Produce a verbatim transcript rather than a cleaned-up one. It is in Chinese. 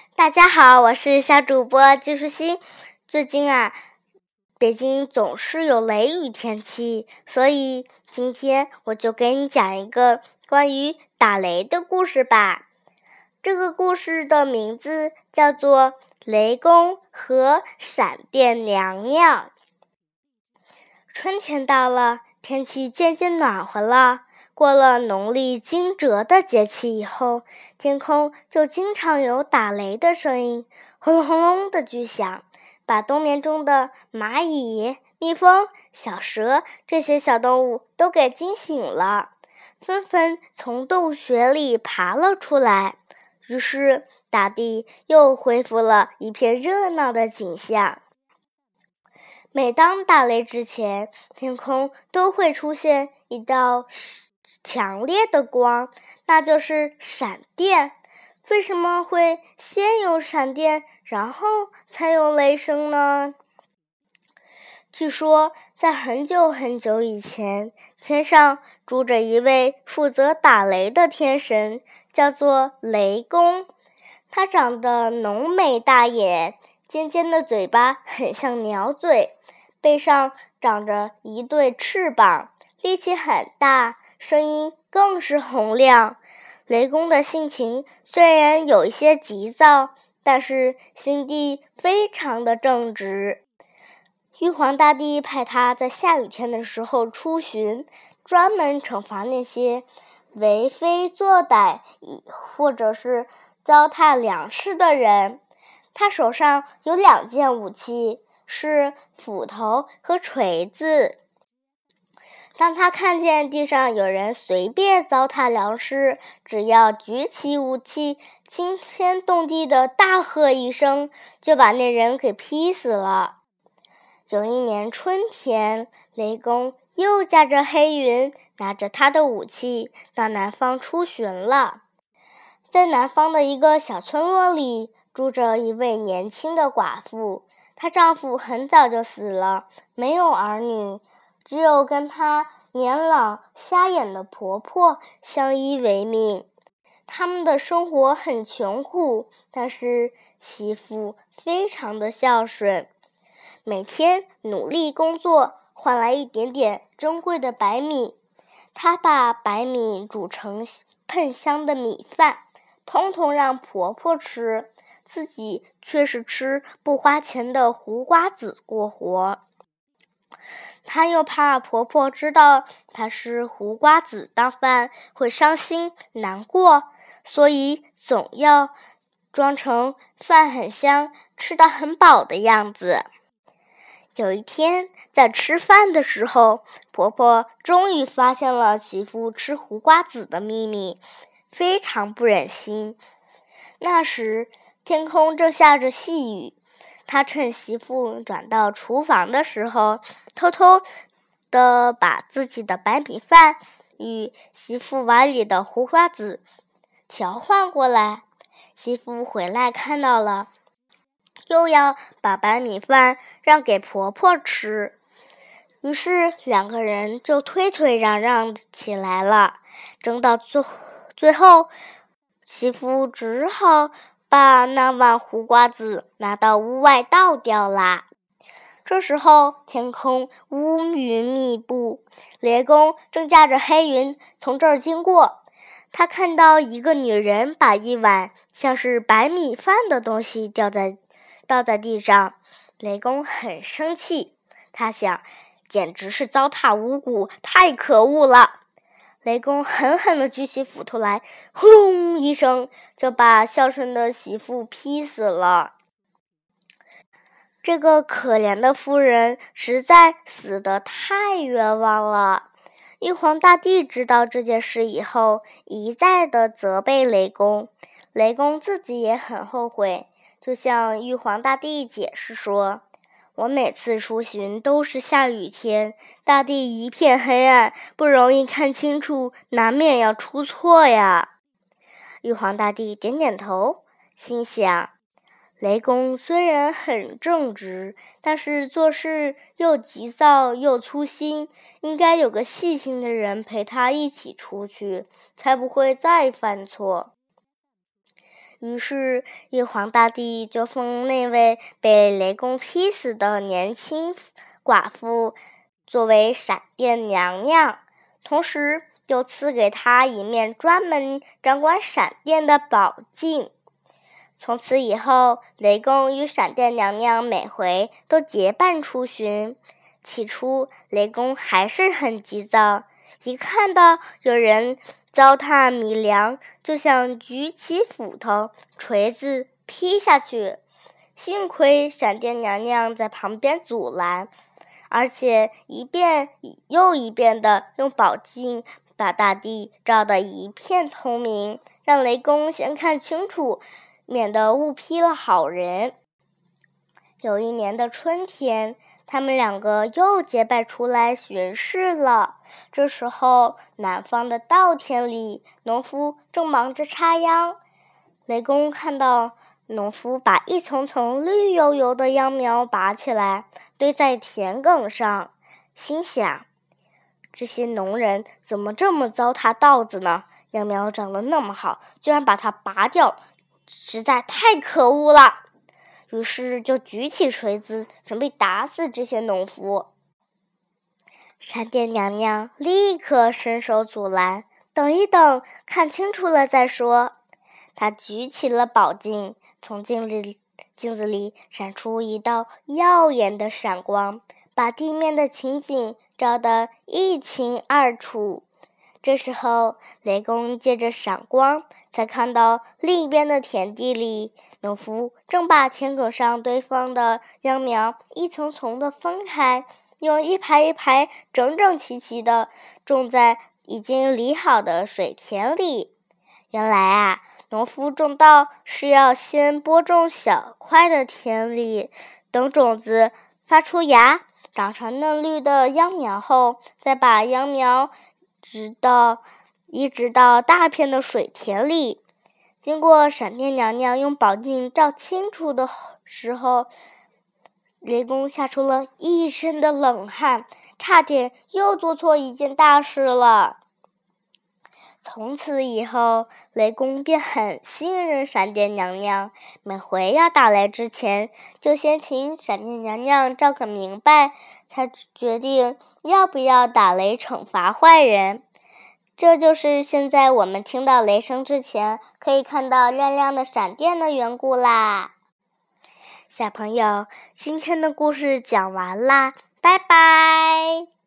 大家好，我是小主播季舒心。最近啊，北京总是有雷雨天气，所以今天我就给你讲一个关于打雷的故事吧。这个故事的名字叫做《雷公和闪电娘娘》。春天到了，天气渐渐暖和了。过了农历惊蛰的节气以后，天空就经常有打雷的声音，轰隆轰隆的巨响，把冬眠中的蚂蚁、蜜蜂、小蛇这些小动物都给惊醒了，纷纷从洞穴里爬了出来。于是大地又恢复了一片热闹的景象。每当打雷之前，天空都会出现一道强烈的光，那就是闪电。为什么会先有闪电，然后才有雷声呢？据说在很久很久以前，天上住着一位负责打雷的天神，叫做雷公。他长得浓眉大眼，尖尖的嘴巴很像鸟嘴，背上长着一对翅膀，力气很大，声音更是洪亮。雷公的性情虽然有一些急躁，但是心地非常的正直。玉皇大帝派他在下雨天的时候出巡，专门惩罚那些为非作歹或者是糟蹋粮食的人。他手上有两件武器，是斧头和锤子。当他看见地上有人随便糟蹋粮食，只要举起武器，惊天动地的大喝一声，就把那人给劈死了。有一年春天，雷公又驾着黑云，拿着他的武器到南方出巡了。在南方的一个小村落里，住着一位年轻的寡妇，她丈夫很早就死了，没有儿女，只有跟她年老瞎眼的婆婆相依为命。他们的生活很穷苦，但是媳妇非常的孝顺，每天努力工作，换来一点点珍贵的白米。她把白米煮成喷香的米饭，统统让婆婆吃，自己却是吃不花钱的胡瓜子过活。她又怕婆婆知道她吃胡瓜子当饭会伤心难过，所以总要装成饭很香，吃得很饱的样子。有一天在吃饭的时候，婆婆终于发现了媳妇吃胡瓜子的秘密，非常不忍心。那时天空正下着细雨，她趁媳妇转到厨房的时候，偷偷地把自己的白米饭与媳妇碗里的胡瓜子调换过来。媳妇回来看到了，又要把白米饭让给婆婆吃，于是两个人就推推让让起来了。争到最最后，媳妇只好把那碗胡瓜子拿到屋外倒掉啦。这时候天空乌云密布，雷公正驾着黑云从这儿经过。他看到一个女人把一碗像是白米饭的东西掉在倒在地上，雷公很生气，他想，简直是糟蹋五谷，太可恶了。雷公狠狠地举起斧头来，轰隆一声，就把孝顺的媳妇劈死了。这个可怜的妇人实在死得太冤枉了。玉皇大帝知道这件事以后，一再地责备雷公，雷公自己也很后悔，就向玉皇大帝解释说，我每次出巡都是下雨天，大地一片黑暗，不容易看清楚，难免要出错呀。玉皇大帝点点头，心想，雷公虽然很正直，但是做事又急躁又粗心，应该有个细心的人陪他一起出去，才不会再犯错。 于是玉皇大帝就封那位被雷公劈死的年轻寡妇作为闪电娘娘，同时又赐给她一面专门掌管闪电的宝镜。从此以后，雷公与闪电娘娘每回都结伴出巡。起初，雷公还是很急躁，一看到有人糟蹋米粮，就想举起斧头、锤子劈下去。幸亏闪电娘娘在旁边阻拦，而且一遍又一遍地用宝镜把大地照得一片通明，让雷公先看清楚，免得误劈了好人。有一年的春天，他们两个又结拜出来巡视了。这时候，南方的稻田里，农夫正忙着插秧。雷公看到农夫把一丛丛绿油油的秧苗拔起来，堆在田埂上，心想：这些农人怎么这么糟蹋稻子呢？秧苗长得那么好，居然把它拔掉，实在太可恶了。于是就举起锤子，准备打死这些农夫。闪电娘娘立刻伸手阻拦，等一等，看清楚了再说。她举起了宝镜，从镜里镜子里闪出一道耀眼的闪光，把地面的情景照得一清二楚。这时候，雷公借着闪光，才看到另一边的田地里，农夫正把田埂上堆放的秧苗一丛丛地分开，用一排一排整整齐齐地种在已经犁好的水田里。原来啊，农夫种稻是要先播种小块的田里，等种子发出芽，长成嫩绿的秧苗后，再把秧苗直到移植到大片的水田里。经过闪电娘娘用宝镜照清楚的时候，雷公吓出了一身的冷汗，差点又做错一件大事了。从此以后，雷公便很信任闪电娘娘，每回要打雷之前，就先请闪电娘娘照个明白，才决定要不要打雷惩罚坏人。这就是现在我们听到雷声之前，可以看到亮亮的闪电的缘故啦。小朋友，今天的故事讲完啦，拜拜。